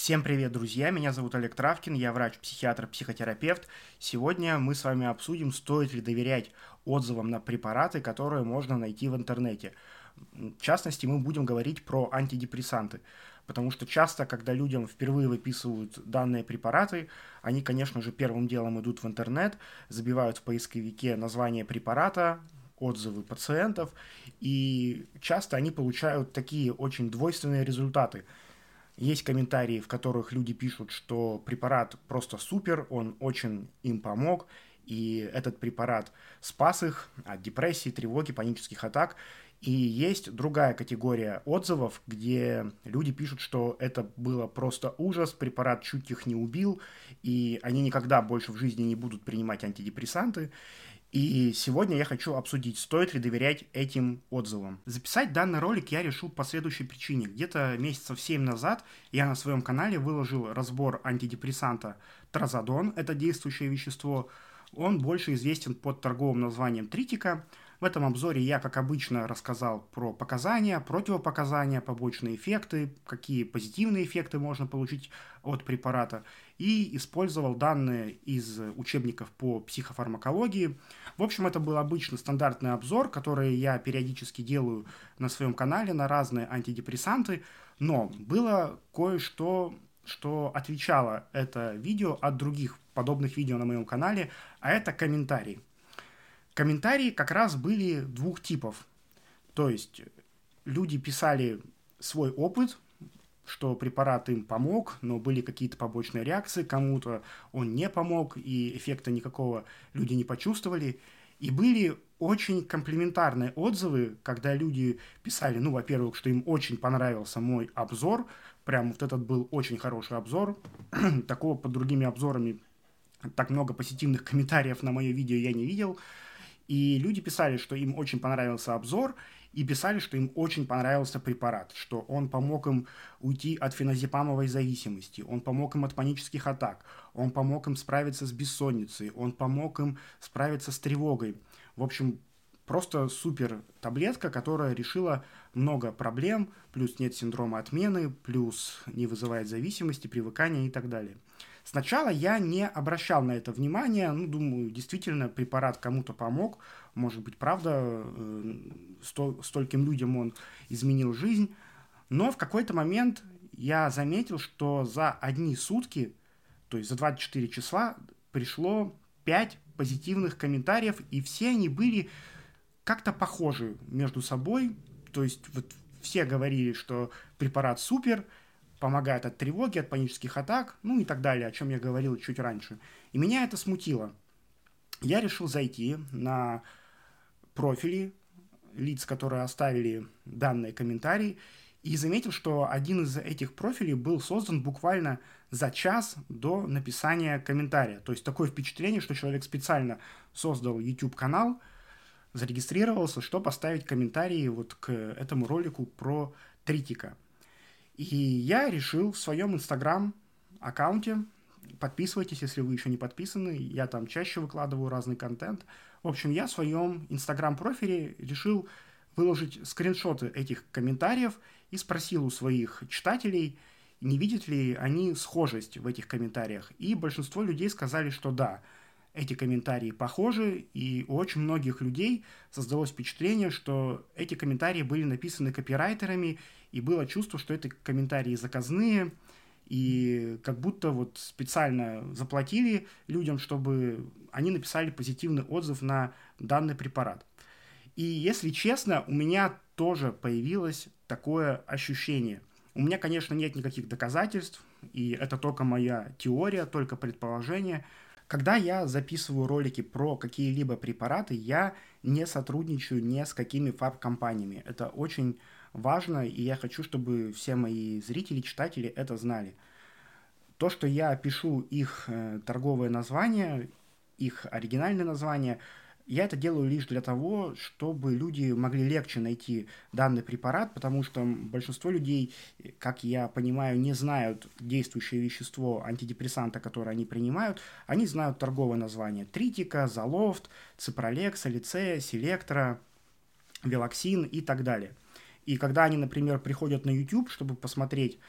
Всем привет, друзья! Меня зовут Олег Травкин, я врач-психиатр, психотерапевт. Сегодня мы с вами обсудим, стоит ли доверять отзывам на препараты, которые можно найти в интернете. В частности, мы будем говорить про антидепрессанты, потому что часто, когда людям впервые выписывают данные препараты, они, конечно же, первым делом идут в интернет, забивают в поисковике название препарата, отзывы пациентов, и часто они получают такие очень двойственные результаты. Есть комментарии, в которых люди пишут, что препарат просто супер, он очень им помог, и этот препарат спас их от депрессии, тревоги, панических атак. И есть другая категория отзывов, где люди пишут, что это было просто ужас, препарат чуть их не убил, и они никогда больше в жизни не будут принимать антидепрессанты. И сегодня я хочу обсудить, стоит ли доверять этим отзывам. Записать данный ролик я решил по следующей причине. Где-то месяцев 7 назад я на своем канале выложил разбор антидепрессанта Тразодон, это действующее вещество. Он больше известен под торговым названием Тритика. В этом обзоре я, как обычно, рассказал про показания, противопоказания, побочные эффекты, какие позитивные эффекты можно получить от препарата, и использовал данные из учебников по психофармакологии. В общем, это был обычный стандартный обзор, который я периодически делаю на своем канале на разные антидепрессанты, но было кое-что, что отличало это видео от других подобных видео на моем канале, а это комментарии. Комментарии как раз были двух типов. То есть люди писали свой опыт, что препарат им помог, но были какие-то побочные реакции, кому-то он не помог, и эффекта никакого люди не почувствовали. И были очень комплиментарные отзывы, когда люди писали, ну, во-первых, что им очень понравился мой обзор, прям вот этот был очень хороший обзор, такого под другими обзорами так много позитивных комментариев на мое видео я не видел. И люди писали, что им очень понравился обзор, и писали, что им очень понравился препарат, что он помог им уйти от феназепамовой зависимости, он помог им от панических атак, он помог им справиться с бессонницей, он помог им справиться с тревогой. В общем, просто супер таблетка, которая решила много проблем, плюс нет синдрома отмены, плюс не вызывает зависимости, привыкания и так далее. Сначала я не обращал на это внимания, ну, думаю, действительно, препарат кому-то помог, может быть, правда, стольким людям он изменил жизнь, но в какой-то момент я заметил, что за одни сутки, то есть за 24 числа, пришло 5 позитивных комментариев, и все они были как-то похожи между собой, то есть вот все говорили, что препарат супер, помогает от тревоги, от панических атак, ну и так далее, о чем я говорил чуть раньше. И меня это смутило. Я решил зайти на профили лиц, которые оставили данные комментарии, и заметил, что один из этих профилей был создан буквально за час до написания комментария. То есть такое впечатление, что человек специально создал YouTube-канал, зарегистрировался, чтобы поставить комментарии вот к этому ролику про Тритика. И я решил в своем Инстаграм-аккаунте, подписывайтесь, если вы еще не подписаны, я там чаще выкладываю разный контент. В общем, я в своем Инстаграм-профиле решил выложить скриншоты этих комментариев и спросил у своих читателей, не видят ли они схожесть в этих комментариях. И большинство людей сказали, что да, эти комментарии похожи, и у очень многих людей создалось впечатление, что эти комментарии были написаны копирайтерами, и было чувство, что это комментарии заказные, и как будто вот специально заплатили людям, чтобы они написали позитивный отзыв на данный препарат. И если честно, у меня тоже появилось такое ощущение. У меня, конечно, нет никаких доказательств, и это только моя теория, только предположение. Когда я записываю ролики про какие-либо препараты, я не сотрудничаю ни с какими фармкомпаниями. Это очень важно, и я хочу, чтобы все мои зрители, читатели это знали. То, что я пишу их торговое название, их оригинальное название, я это делаю лишь для того, чтобы люди могли легче найти данный препарат, потому что большинство людей, как я понимаю, не знают действующее вещество антидепрессанта, которое они принимают. Они знают торговое название: Тритика, Золофт, Ципролекс, Алицея, Селектра, Велоксин и так далее. И когда они, например, приходят на YouTube, чтобы посмотреть,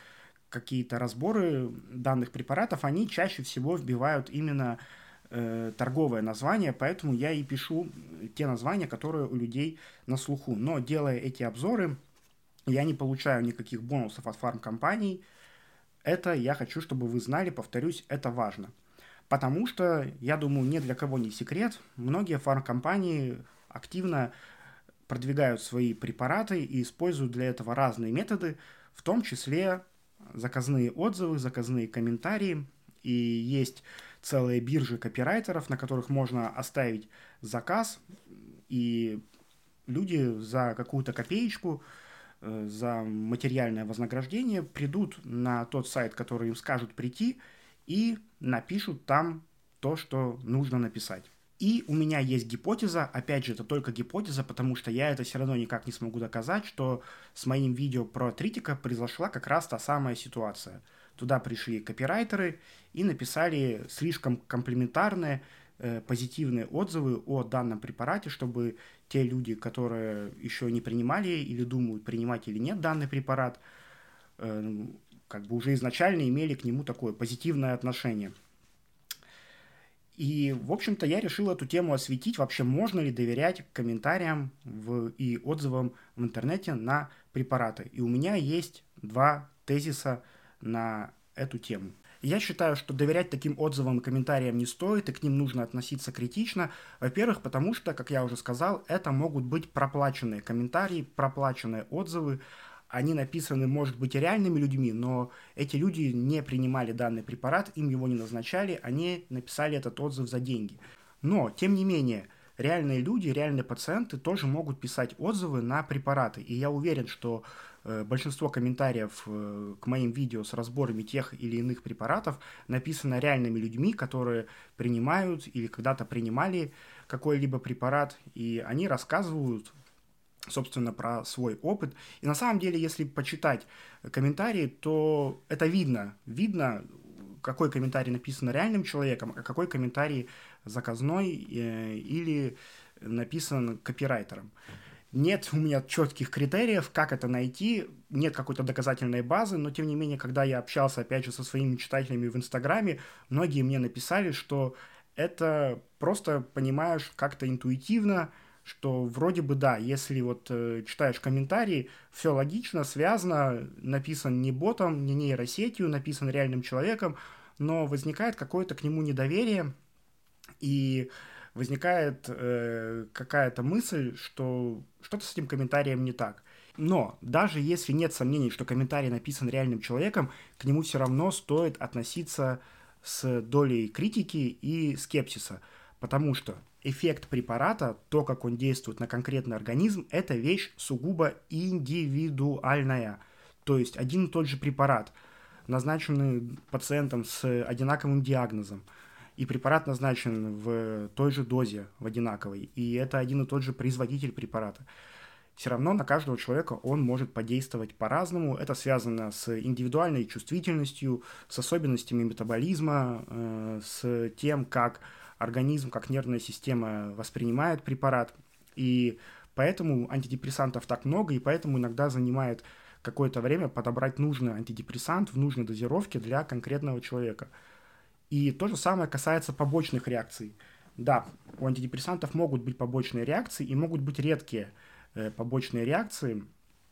какие-то разборы данных препаратов, они чаще всего вбивают именно торговое название, поэтому я и пишу те названия, которые у людей на слуху. Но делая эти обзоры, я не получаю никаких бонусов от фармкомпаний. Это я хочу, чтобы вы знали, повторюсь, это важно. Потому что, я думаю, ни для кого не секрет, многие фармкомпании активно продвигают свои препараты и используют для этого разные методы, в том числе заказные отзывы, заказные комментарии. И есть целые биржи копирайтеров, на которых можно оставить заказ, и люди за какую-то копеечку, за материальное вознаграждение придут на тот сайт, который им скажут прийти, и напишут там то, что нужно написать. И у меня есть гипотеза, опять же, это только гипотеза, потому что я это все равно никак не смогу доказать, что с моим видео про Тритика произошла как раз та самая ситуация. Туда пришли копирайтеры и написали слишком комплиментарные, позитивные отзывы о данном препарате, чтобы те люди, которые еще не принимали или думают, принимать или нет данный препарат, как бы уже изначально имели к нему такое позитивное отношение. И, в общем-то, я решил эту тему осветить. Вообще, можно ли доверять комментариям и отзывам в интернете на препараты? И у меня есть два тезиса на эту тему. Я считаю, что доверять таким отзывам и комментариям не стоит, и к ним нужно относиться критично. Во-первых, потому что, как я уже сказал, это могут быть проплаченные комментарии, проплаченные отзывы. Они написаны, может быть, и реальными людьми, но эти люди не принимали данный препарат, им его не назначали, они написали этот отзыв за деньги. Но, тем не менее, реальные люди, реальные пациенты тоже могут писать отзывы на препараты. И я уверен, что большинство комментариев к моим видео с разборами тех или иных препаратов написано реальными людьми, которые принимают или когда-то принимали какой-либо препарат, и они рассказывают, собственно, про свой опыт. И на самом деле, если почитать комментарии, то это видно. Видно, какой комментарий написан реальным человеком, а какой комментарий заказной или написан копирайтером. Нет у меня четких критериев, как это найти, нет какой-то доказательной базы, но тем не менее, когда я общался, опять же, со своими читателями в Инстаграме, многие мне написали, что это просто понимаешь как-то интуитивно, что вроде бы да, если вот читаешь комментарии, все логично, связано, написан не ботом, не нейросетью, написан реальным человеком, но возникает какое-то к нему недоверие, и возникает какая-то мысль, что что-то с этим комментарием не так. Но даже если нет сомнений, что комментарий написан реальным человеком, к нему все равно стоит относиться с долей критики и скепсиса, потому что эффект препарата, то, как он действует на конкретный организм, это вещь сугубо индивидуальная. То есть один и тот же препарат, назначенный пациентам с одинаковым диагнозом, и препарат назначен в той же дозе, в одинаковой, и это один и тот же производитель препарата. Все равно на каждого человека он может подействовать по-разному. Это связано с индивидуальной чувствительностью, с особенностями метаболизма, с тем, как организм, как нервная система воспринимает препарат. И поэтому антидепрессантов так много, и поэтому иногда занимает какое-то время подобрать нужный антидепрессант в нужной дозировке для конкретного человека. И то же самое касается побочных реакций. Да, у антидепрессантов могут быть побочные реакции и могут быть редкие побочные реакции.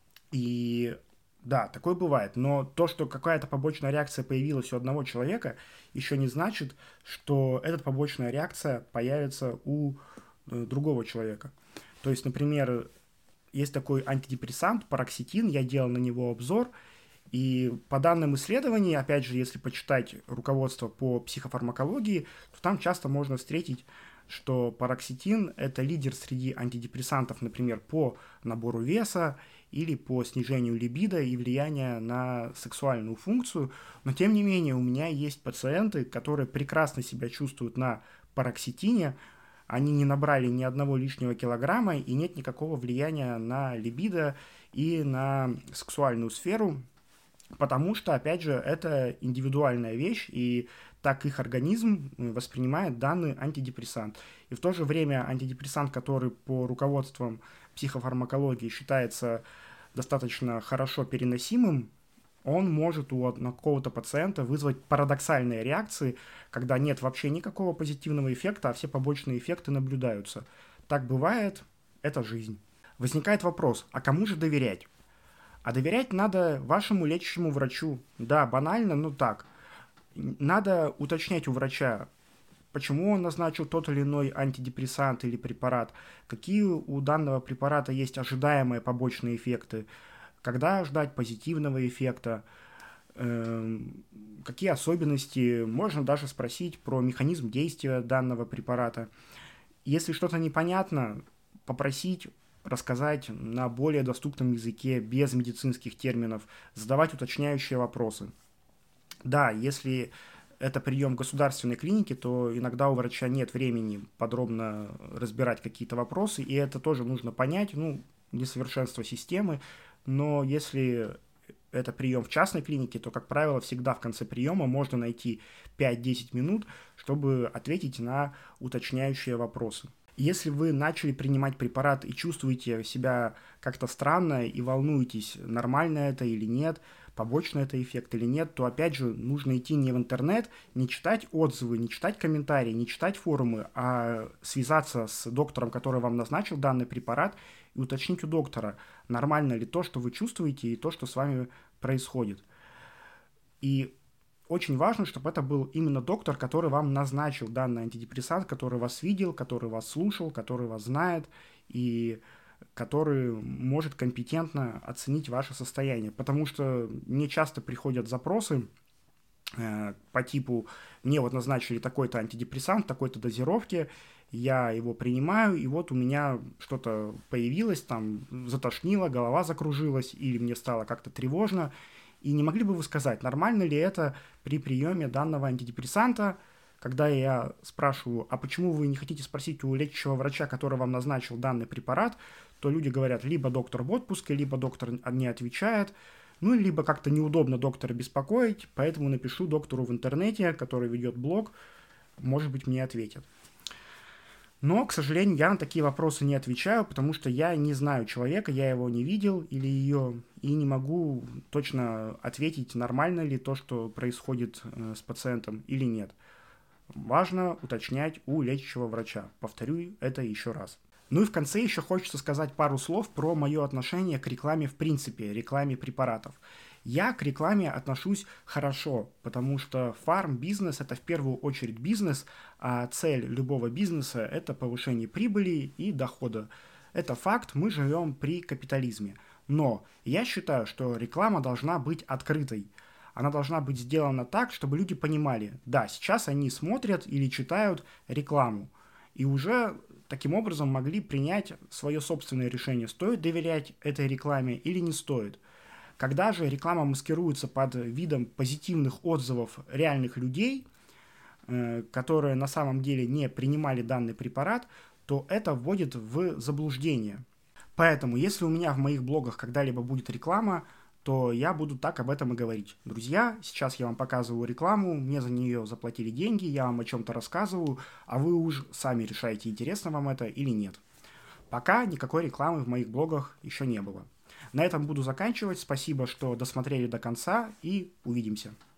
И да, такое бывает. Но то, что какая-то побочная реакция появилась у одного человека, еще не значит, что эта побочная реакция появится у другого человека. То есть, например, есть такой антидепрессант, пароксетин, я делал на него обзор, и по данным исследований, опять же, если почитать руководство по психофармакологии, то там часто можно встретить, что пароксетин – это лидер среди антидепрессантов, например, по набору веса или по снижению либидо и влияния на сексуальную функцию. Но, тем не менее, у меня есть пациенты, которые прекрасно себя чувствуют на пароксетине, они не набрали ни одного лишнего килограмма, и нет никакого влияния на либидо и на сексуальную сферу, потому что, опять же, это индивидуальная вещь, и так их организм воспринимает данный антидепрессант. И в то же время антидепрессант, который по руководствам психофармакологии считается достаточно хорошо переносимым, он может у какого-то пациента вызвать парадоксальные реакции, когда нет вообще никакого позитивного эффекта, а все побочные эффекты наблюдаются. Так бывает, это жизнь. Возникает вопрос, а кому же доверять? А доверять надо вашему лечащему врачу. Да, банально, но так. Надо уточнять у врача, почему он назначил тот или иной антидепрессант или препарат, какие у данного препарата есть ожидаемые побочные эффекты, когда ждать позитивного эффекта, какие особенности, можно даже спросить про механизм действия данного препарата. Если что-то непонятно, попросить рассказать на более доступном языке, без медицинских терминов, задавать уточняющие вопросы. Да, если это прием государственной клиники, то иногда у врача нет времени подробно разбирать какие-то вопросы, и это тоже нужно понять, ну, несовершенство системы, но если это прием в частной клинике, то, как правило, всегда в конце приема можно найти 5-10 минут, чтобы ответить на уточняющие вопросы. Если вы начали принимать препарат и чувствуете себя как-то странно и волнуетесь, нормально это или нет, побочный это эффект или нет, то опять же нужно идти не в интернет, не читать отзывы, не читать комментарии, не читать форумы, а связаться с доктором, который вам назначил данный препарат, и уточнить у доктора, нормально ли то, что вы чувствуете, и то, что с вами происходит. И очень важно, чтобы это был именно доктор, который вам назначил данный антидепрессант, который вас видел, который вас слушал, который вас знает и который может компетентно оценить ваше состояние. Потому что мне часто приходят запросы по типу «мне вот назначили такой-то антидепрессант, такой-то дозировки, я его принимаю, и вот у меня что-то появилось, там затошнило, голова закружилась, или мне стало как-то тревожно». И не могли бы вы сказать, нормально ли это при приеме данного антидепрессанта, когда я спрашиваю, а почему вы не хотите спросить у лечащего врача, который вам назначил данный препарат, то люди говорят, либо доктор в отпуске, либо доктор не отвечает, ну, либо как-то неудобно доктора беспокоить, поэтому напишу доктору в интернете, который ведет блог, может быть, мне ответят. Но, к сожалению, я на такие вопросы не отвечаю, потому что я не знаю человека, я его не видел или ее, и не могу точно ответить, нормально ли то, что происходит с пациентом или нет. Важно уточнять у лечащего врача. Повторю это еще раз. Ну и в конце еще хочется сказать пару слов про мое отношение к рекламе в принципе, рекламе препаратов. Я к рекламе отношусь хорошо, потому что фарм-бизнес – это в первую очередь бизнес, а цель любого бизнеса – это повышение прибыли и дохода. Это факт, мы живем при капитализме. Но я считаю, что реклама должна быть открытой. Она должна быть сделана так, чтобы люди понимали, да, сейчас они смотрят или читают рекламу, и уже таким образом могли принять свое собственное решение, стоит доверять этой рекламе или не стоит. Когда же реклама маскируется под видом позитивных отзывов реальных людей, которые на самом деле не принимали данный препарат, то это вводит в заблуждение. Поэтому, если у меня в моих блогах когда-либо будет реклама, то я буду так об этом и говорить. Друзья, сейчас я вам показываю рекламу, мне за нее заплатили деньги, я вам о чем-то рассказываю, а вы уж сами решаете, интересно вам это или нет. Пока никакой рекламы в моих блогах еще не было. На этом буду заканчивать. Спасибо, что досмотрели до конца, и увидимся.